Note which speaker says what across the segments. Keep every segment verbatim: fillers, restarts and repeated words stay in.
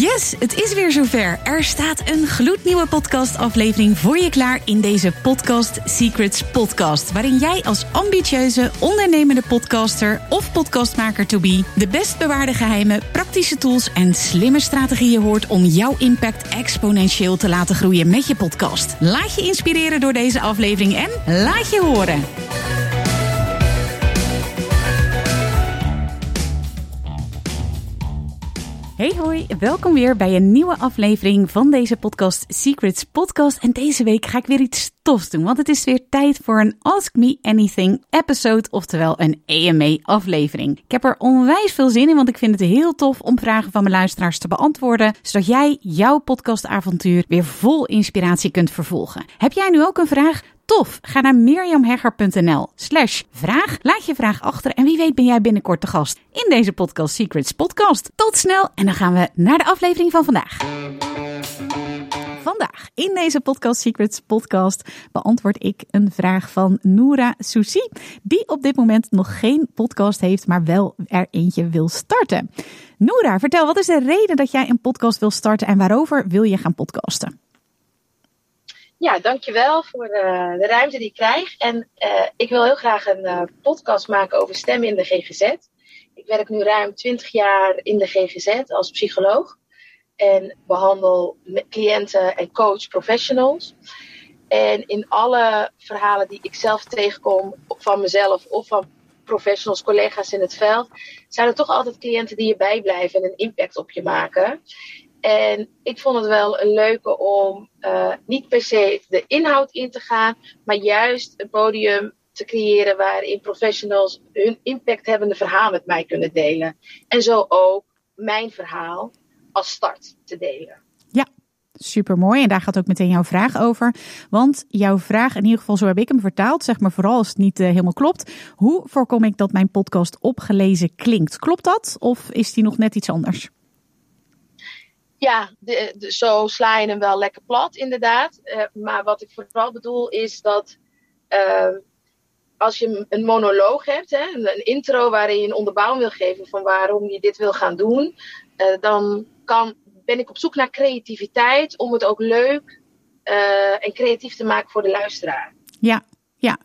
Speaker 1: Yes, het is weer zover. Er staat een gloednieuwe podcastaflevering voor je klaar in deze Podcast Secrets podcast, waarin jij als ambitieuze, ondernemende podcaster of podcastmaker to be de best bewaarde geheimen, praktische tools en slimme strategieën hoort om jouw impact exponentieel te laten groeien met je podcast. Laat je inspireren door deze aflevering en laat je horen. Hey hoi, welkom weer bij een nieuwe aflevering van deze Podcast Secrets podcast. En deze week ga ik weer iets tofs doen, want het is weer tijd voor een Ask Me Anything episode, oftewel een A M A aflevering. Ik heb er onwijs veel zin in, want ik vind het heel tof om vragen van mijn luisteraars te beantwoorden, zodat jij jouw podcastavontuur weer vol inspiratie kunt vervolgen. Heb jij nu ook een vraag? Tof, ga naar mirjamhegger.nl slash vraag. Laat je vraag achter en wie weet ben jij binnenkort de gast in deze Podcast Secrets podcast. Tot snel en dan gaan we naar de aflevering van vandaag. Vandaag in deze Podcast Secrets podcast beantwoord ik een vraag van Noura Souci, die op dit moment nog geen podcast heeft, maar wel er eentje wil starten. Noura, vertel, wat is de reden dat jij een podcast wil starten en waarover wil je gaan podcasten?
Speaker 2: Ja, dankjewel voor uh, de ruimte die ik krijg. En uh, ik wil heel graag een uh, podcast maken over stemmen in de G G Z. Ik werk nu ruim twintig jaar in de G G Z als psycholoog. En behandel cliënten en coach professionals. En in alle verhalen die ik zelf tegenkom van mezelf of van professionals, collega's in het veld, zijn er toch altijd cliënten die je bijblijven en een impact op je maken. En ik vond het wel een leuke om uh, niet per se de inhoud in te gaan, maar juist een podium te creëren waarin professionals hun impacthebbende verhaal met mij kunnen delen. En zo ook mijn verhaal als start te delen.
Speaker 1: Ja, supermooi. En daar gaat ook meteen jouw vraag over. Want jouw vraag, in ieder geval zo heb ik hem vertaald, zeg maar vooral als het niet uh, helemaal klopt. Hoe voorkom ik dat mijn podcast opgelezen klinkt? Klopt dat? Of is die nog net iets anders?
Speaker 2: Ja, de, de, zo sla je hem wel lekker plat, inderdaad. Uh, maar wat ik vooral bedoel is dat uh, als je een monoloog hebt, hè, een intro waarin je een onderbouwing wil geven van waarom je dit wil gaan doen, uh, dan kan, ben ik op zoek naar creativiteit om het ook leuk uh, en creatief te maken voor de luisteraar.
Speaker 1: Ja, ja.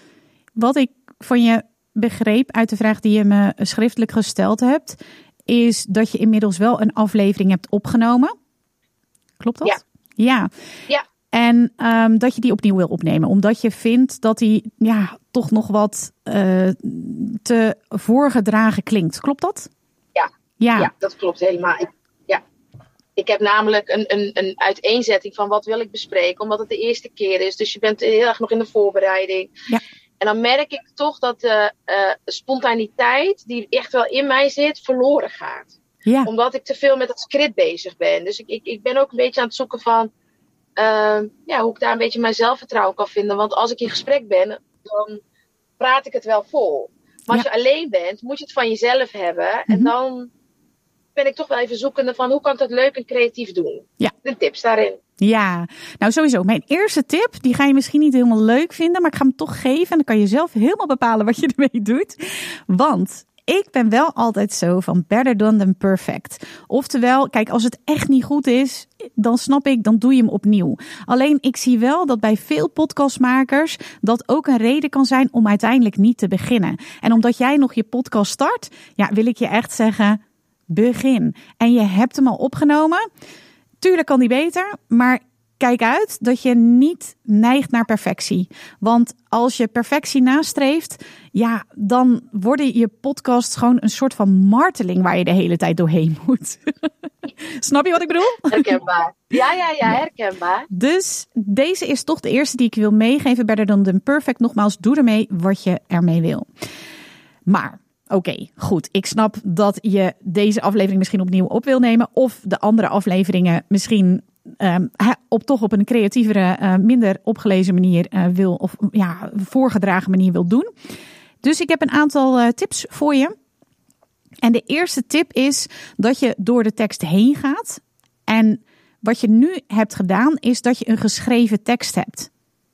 Speaker 1: Wat ik van je begreep uit de vraag die je me schriftelijk gesteld hebt, is dat je inmiddels wel een aflevering hebt opgenomen. Klopt dat?
Speaker 2: Ja.
Speaker 1: Ja.
Speaker 2: ja.
Speaker 1: En um, dat je die opnieuw wil opnemen. Omdat je vindt dat die ja, toch nog wat uh, te voorgedragen klinkt. Klopt dat?
Speaker 2: Ja,
Speaker 1: ja.
Speaker 2: ja dat klopt helemaal. Ik, ja. ik heb namelijk een, een, een uiteenzetting van wat wil ik bespreken. Omdat het de eerste keer is. Dus je bent heel erg nog in de voorbereiding.
Speaker 1: Ja.
Speaker 2: En dan merk ik toch dat de uh, spontaniteit die echt wel in mij zit, verloren gaat.
Speaker 1: Ja.
Speaker 2: Omdat ik te veel met het script bezig ben. Dus ik, ik, ik ben ook een beetje aan het zoeken van uh, ja, hoe ik daar een beetje mijn zelfvertrouwen kan vinden. Want als ik in gesprek ben, dan praat ik het wel vol. Maar als ja. je alleen bent, moet je het van jezelf hebben. Mm-hmm. En dan ben ik toch wel even zoekende van hoe kan ik dat leuk en creatief doen.
Speaker 1: Ja.
Speaker 2: De tips daarin.
Speaker 1: Ja, nou sowieso. Mijn eerste tip, die ga je misschien niet helemaal leuk vinden, maar ik ga hem toch geven. En dan kan je zelf helemaal bepalen wat je ermee doet. Want ik ben wel altijd zo van better done than perfect. Oftewel, kijk, als het echt niet goed is, dan snap ik, dan doe je hem opnieuw. Alleen, ik zie wel dat bij veel podcastmakers dat ook een reden kan zijn om uiteindelijk niet te beginnen. En omdat jij nog je podcast start, ja, wil ik je echt zeggen, begin. En je hebt hem al opgenomen. Tuurlijk kan die beter, maar kijk uit dat je niet neigt naar perfectie. Want als je perfectie nastreeft, ja, dan worden je podcasts gewoon een soort van marteling waar je de hele tijd doorheen moet. Snap je wat ik bedoel?
Speaker 2: Herkenbaar. Ja, ja, ja, herkenbaar.
Speaker 1: Dus deze is toch de eerste die ik wil meegeven. Better than than perfect. Nogmaals, doe ermee wat je ermee wil. Maar oké, okay, goed. Ik snap dat je deze aflevering misschien opnieuw op wil nemen. Of de andere afleveringen misschien um, op toch op een creatievere, uh, minder opgelezen manier uh, wil. Of ja, voorgedragen manier wil doen. Dus ik heb een aantal uh, tips voor je. En de eerste tip is dat je door de tekst heen gaat. En wat je nu hebt gedaan is dat je een geschreven tekst hebt.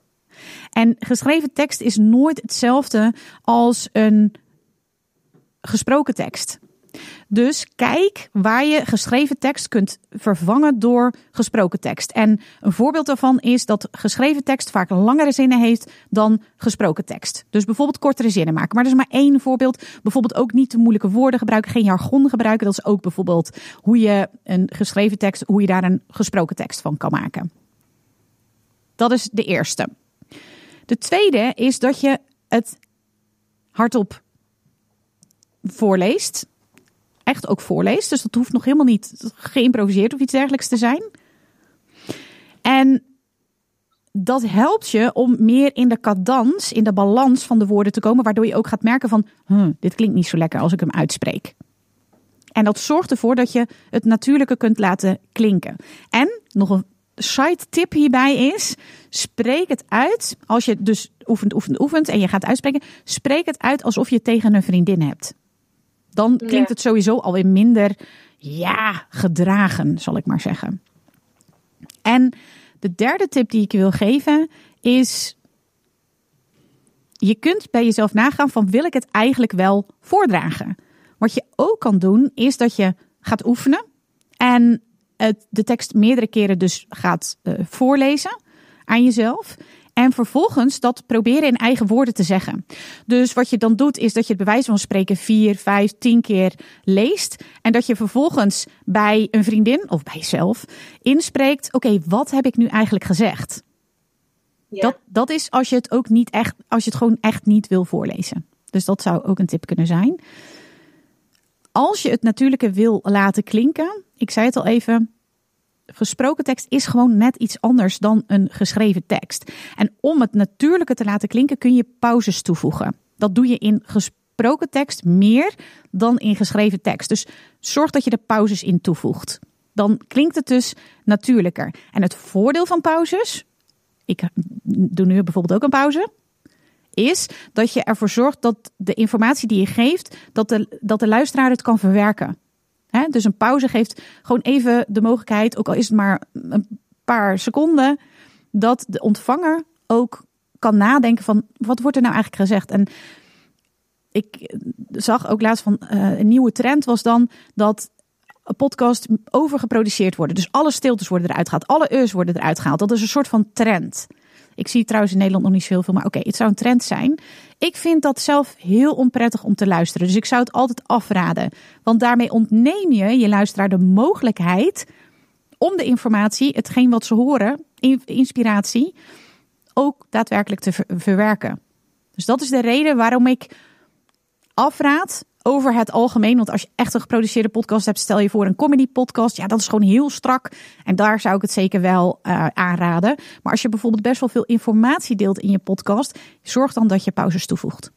Speaker 1: En geschreven tekst is nooit hetzelfde als een gesproken tekst. Dus kijk waar je geschreven tekst kunt vervangen door gesproken tekst. En een voorbeeld daarvan is dat geschreven tekst vaak langere zinnen heeft dan gesproken tekst. Dus bijvoorbeeld kortere zinnen maken. Maar dat is maar één voorbeeld. Bijvoorbeeld ook niet te moeilijke woorden gebruiken, geen jargon gebruiken. Dat is ook bijvoorbeeld hoe je een geschreven tekst, hoe je daar een gesproken tekst van kan maken. Dat is de eerste. De tweede is dat je het hardop voorleest. Echt ook voorleest. Dus dat hoeft nog helemaal niet geïmproviseerd of iets dergelijks te zijn. En dat helpt je om meer in de cadans, in de balans van de woorden te komen. Waardoor je ook gaat merken van, hm, dit klinkt niet zo lekker als ik hem uitspreek. En dat zorgt ervoor dat je het natuurlijke kunt laten klinken. En nog een side tip hierbij is, spreek het uit. Als je dus oefent, oefent, oefent en je gaat uitspreken, spreek het uit alsof je het tegen een vriendin hebt. Dan klinkt ja. het sowieso alweer minder, ja, gedragen, zal ik maar zeggen. En de derde tip die ik je wil geven is, je kunt bij jezelf nagaan van, wil ik het eigenlijk wel voordragen? Wat je ook kan doen, is dat je gaat oefenen en het, de tekst meerdere keren dus gaat uh, voorlezen aan jezelf. En vervolgens dat proberen in eigen woorden te zeggen. Dus wat je dan doet is dat je het bij wijze van spreken vier, vijf, tien keer leest. En dat je vervolgens bij een vriendin of bij jezelf inspreekt. Oké, okay, wat heb ik nu eigenlijk gezegd? Ja. Dat, dat is als je het ook niet echt, als je het gewoon echt niet wil voorlezen. Dus dat zou ook een tip kunnen zijn. Als je het natuurlijke wil laten klinken. Ik zei het al even. Gesproken tekst is gewoon net iets anders dan een geschreven tekst. En om het natuurlijke te laten klinken kun je pauzes toevoegen. Dat doe je in gesproken tekst meer dan in geschreven tekst. Dus zorg dat je er pauzes in toevoegt. Dan klinkt het dus natuurlijker. En het voordeel van pauzes, ik doe nu bijvoorbeeld ook een pauze, is dat je ervoor zorgt dat de informatie die je geeft, dat de, dat de luisteraar het kan verwerken. He, dus een pauze geeft gewoon even de mogelijkheid, ook al is het maar een paar seconden, dat de ontvanger ook kan nadenken van, wat wordt er nou eigenlijk gezegd? En ik zag ook laatst van uh, een nieuwe trend was dan dat een podcast overgeproduceerd worden. Dus alle stiltes worden eruit gehaald, alle eus worden eruit gehaald. Dat is een soort van trend. Ik zie trouwens in Nederland nog niet zoveel, maar oké, okay, het zou een trend zijn. Ik vind dat zelf heel onprettig om te luisteren. Dus ik zou het altijd afraden. Want daarmee ontneem je je luisteraar de mogelijkheid om de informatie, hetgeen wat ze horen, inspiratie, ook daadwerkelijk te ver- verwerken. Dus dat is de reden waarom ik afraad over het algemeen. Want als je echt een geproduceerde podcast hebt, stel je voor een comedy podcast. Ja, dat is gewoon heel strak. En daar zou ik het zeker wel uh, aanraden. Maar als je bijvoorbeeld best wel veel informatie deelt in je podcast, zorg dan dat je pauzes toevoegt.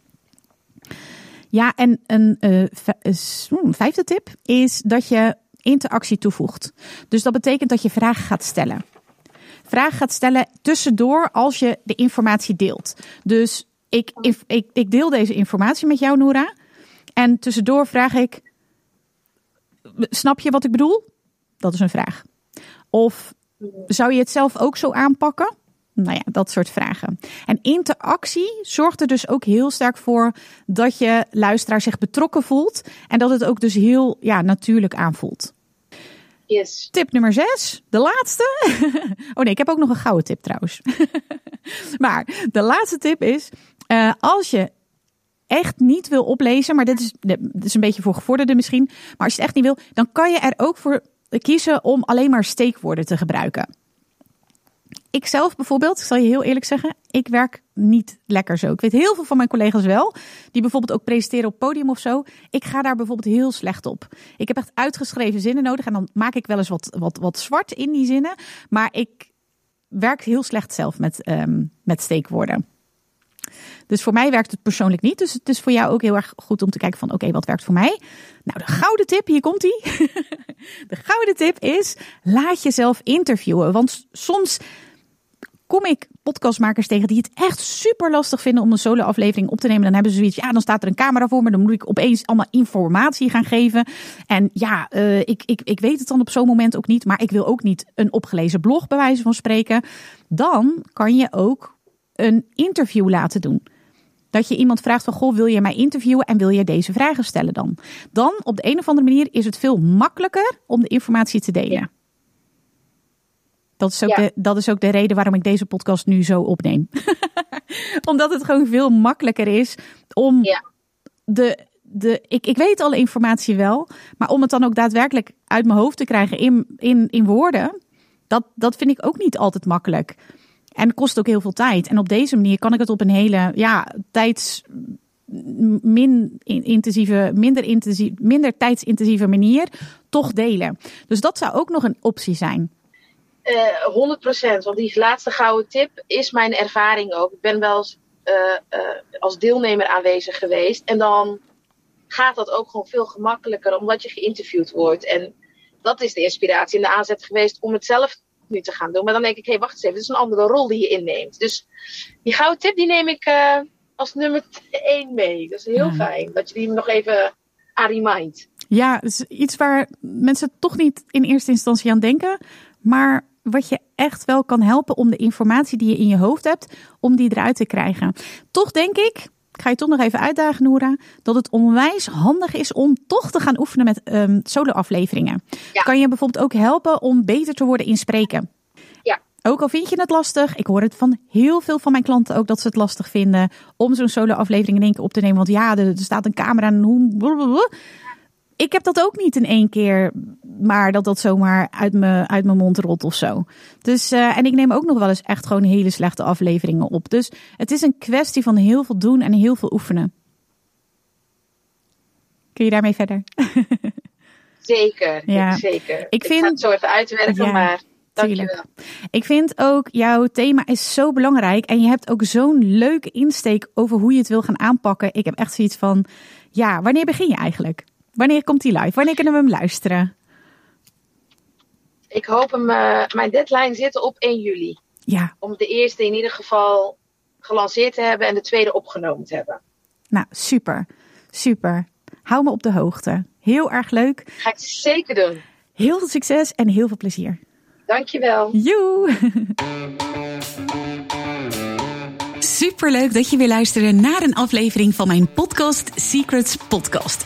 Speaker 1: Ja, en een uh, vijfde tip is dat je interactie toevoegt. Dus dat betekent dat je vragen gaat stellen. Vragen gaat stellen tussendoor als je de informatie deelt. Dus ik, ik, ik deel deze informatie met jou, Noora. En tussendoor vraag ik, snap je wat ik bedoel? Dat is een vraag. Of zou je het zelf ook zo aanpakken? Nou ja, dat soort vragen. En interactie zorgt er dus ook heel sterk voor dat je luisteraar zich betrokken voelt. En dat het ook dus heel ja, natuurlijk aanvoelt.
Speaker 2: Yes.
Speaker 1: Tip nummer zes, de laatste. Oh nee, ik heb ook nog een gouden tip trouwens. Maar de laatste tip is, uh, als je echt niet wil oplezen, maar dit is, dit is een beetje voor gevorderden misschien. Maar als je het echt niet wil, dan kan je er ook voor kiezen om alleen maar steekwoorden te gebruiken. Ik zelf bijvoorbeeld, ik zal je heel eerlijk zeggen, ik werk niet lekker zo. Ik weet heel veel van mijn collega's wel, die bijvoorbeeld ook presenteren op podium of zo. Ik ga daar bijvoorbeeld heel slecht op. Ik heb echt uitgeschreven zinnen nodig en dan maak ik wel eens wat, wat, wat zwart in die zinnen. Maar ik werk heel slecht zelf met, um, met steekwoorden. Dus voor mij werkt het persoonlijk niet. Dus het is voor jou ook heel erg goed om te kijken van oké, okay, wat werkt voor mij? Nou, de gouden tip, hier komt die. De gouden tip is, laat jezelf interviewen. Want soms kom ik podcastmakers tegen die het echt super lastig vinden om een solo-aflevering op te nemen. Dan hebben ze zoiets, ja, dan staat er een camera voor me. Dan moet ik opeens allemaal informatie gaan geven. En ja, uh, ik, ik, ik weet het dan op zo'n moment ook niet. Maar ik wil ook niet een opgelezen blog bij wijze van spreken. Dan kan je ook een interview laten doen. Dat je iemand vraagt van, goh, wil je mij interviewen en wil je deze vragen stellen dan? Dan, op de een of andere manier, is het veel makkelijker om de informatie te delen. Ja. Dat is, ook ja. de, dat is ook de reden waarom ik deze podcast nu zo opneem. Omdat het gewoon veel makkelijker is om ja. de... de ik, ik weet alle informatie wel, maar om het dan ook daadwerkelijk uit mijn hoofd te krijgen in, in, in woorden, dat, dat vind ik ook niet altijd makkelijk. En het kost ook heel veel tijd. En op deze manier kan ik het op een hele ja, tijds, min intensieve, minder, intensief, minder tijdsintensieve manier toch delen. Dus dat zou ook nog een optie zijn.
Speaker 2: Uh, honderd procent, want die laatste gouden tip is mijn ervaring ook. Ik ben wel eens uh, uh, als deelnemer aanwezig geweest. En dan gaat dat ook gewoon veel gemakkelijker, omdat je geïnterviewd wordt. En dat is de inspiratie en de aanzet geweest om het zelf nu te gaan doen. Maar dan denk ik, hé, hey, wacht eens even, het is een andere rol die je inneemt. Dus die gouden tip, die neem ik uh, als nummer één mee. Dat is heel ja. fijn, dat je die nog even aan remindt.
Speaker 1: Ja, het is iets waar mensen toch niet in eerste instantie aan denken, maar wat je echt wel kan helpen om de informatie die je in je hoofd hebt, om die eruit te krijgen. Toch denk ik, ik ga je toch nog even uitdagen, Noora, dat het onwijs handig is om toch te gaan oefenen met um, solo-afleveringen. Ja. Kan je bijvoorbeeld ook helpen om beter te worden in spreken.
Speaker 2: Ja.
Speaker 1: Ook al vind je het lastig, ik hoor het van heel veel van mijn klanten ook dat ze het lastig vinden om zo'n solo-aflevering in één keer op te nemen. Want ja, er, er staat een camera en hoe... Ik heb dat ook niet in één keer, maar dat dat zomaar uit mijn, uit mijn mond rolt of zo. Dus, uh, en ik neem ook nog wel eens echt gewoon hele slechte afleveringen op. Dus het is een kwestie van heel veel doen en heel veel oefenen. Kun je daarmee verder?
Speaker 2: Zeker, ja. zeker. Ik, vind, ik ga het zo even uitwerken, ja, maar dankjewel.
Speaker 1: Ik vind ook, jouw thema is zo belangrijk en je hebt ook zo'n leuke insteek over hoe je het wil gaan aanpakken. Ik heb echt zoiets van, ja, wanneer begin je eigenlijk? Wanneer komt die live? Wanneer kunnen we hem luisteren?
Speaker 2: Ik hoop hem, uh, mijn deadline zit op één juli.
Speaker 1: Ja.
Speaker 2: Om de eerste in ieder geval gelanceerd te hebben en de tweede opgenomen te hebben.
Speaker 1: Nou, super. Super. Hou me op de hoogte. Heel erg leuk.
Speaker 2: Ga ik zeker doen.
Speaker 1: Heel veel succes en heel veel plezier.
Speaker 2: Dankjewel.
Speaker 1: Joe. Superleuk dat je weer luisterde naar een aflevering van mijn podcast Secrets Podcast.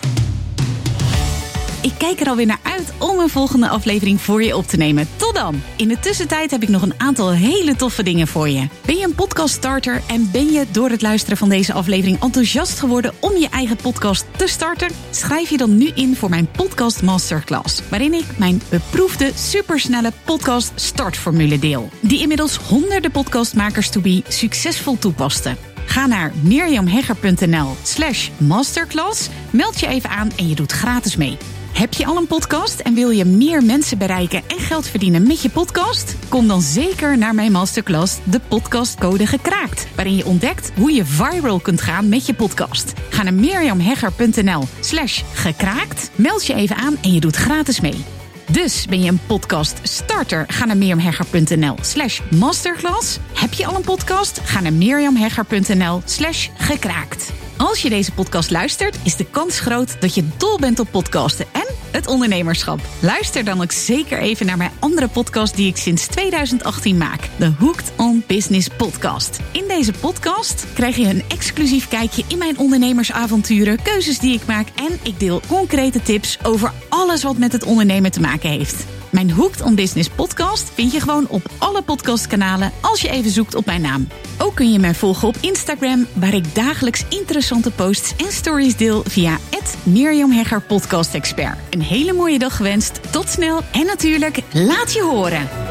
Speaker 1: Ik kijk er alweer naar uit om een volgende aflevering voor je op te nemen. Tot dan! In de tussentijd heb ik nog een aantal hele toffe dingen voor je. Ben je een podcaststarter en ben je door het luisteren van deze aflevering enthousiast geworden om je eigen podcast te starten? Schrijf je dan nu in voor mijn podcast masterclass, waarin ik mijn beproefde supersnelle podcast startformule deel, die inmiddels honderden podcastmakers to be succesvol toepasten. Ga naar mirjamhegger.nl slash masterclass, meld je even aan en je doet gratis mee. Heb je al een podcast en wil je meer mensen bereiken en geld verdienen met je podcast? Kom dan zeker naar mijn masterclass De Podcastcode Gekraakt, waarin je ontdekt hoe je viral kunt gaan met je podcast. Ga naar mirjamhegger.nl slash gekraakt, meld je even aan en je doet gratis mee. Dus ben je een podcast starter? Ga naar mirjamhegger.nl slash masterclass. Heb je al een podcast? Ga naar mirjamhegger.nl slash gekraakt. Als je deze podcast luistert, is de kans groot dat je dol bent op podcasten en het ondernemerschap. Luister dan ook zeker even naar mijn andere podcast die ik sinds tweeduizend achttien maak. De Hooked on Business podcast. In deze podcast krijg je een exclusief kijkje in mijn ondernemersavonturen, keuzes die ik maak en ik deel concrete tips over alles wat met het ondernemen te maken heeft. Mijn Hooked on Business podcast vind je gewoon op alle podcastkanalen als je even zoekt op mijn naam. Ook kun je mij volgen op Instagram, waar ik dagelijks interessante posts en stories deel via at Mirjam Hegger Podcast Expert. Een hele mooie dag gewenst, tot snel en natuurlijk laat je horen.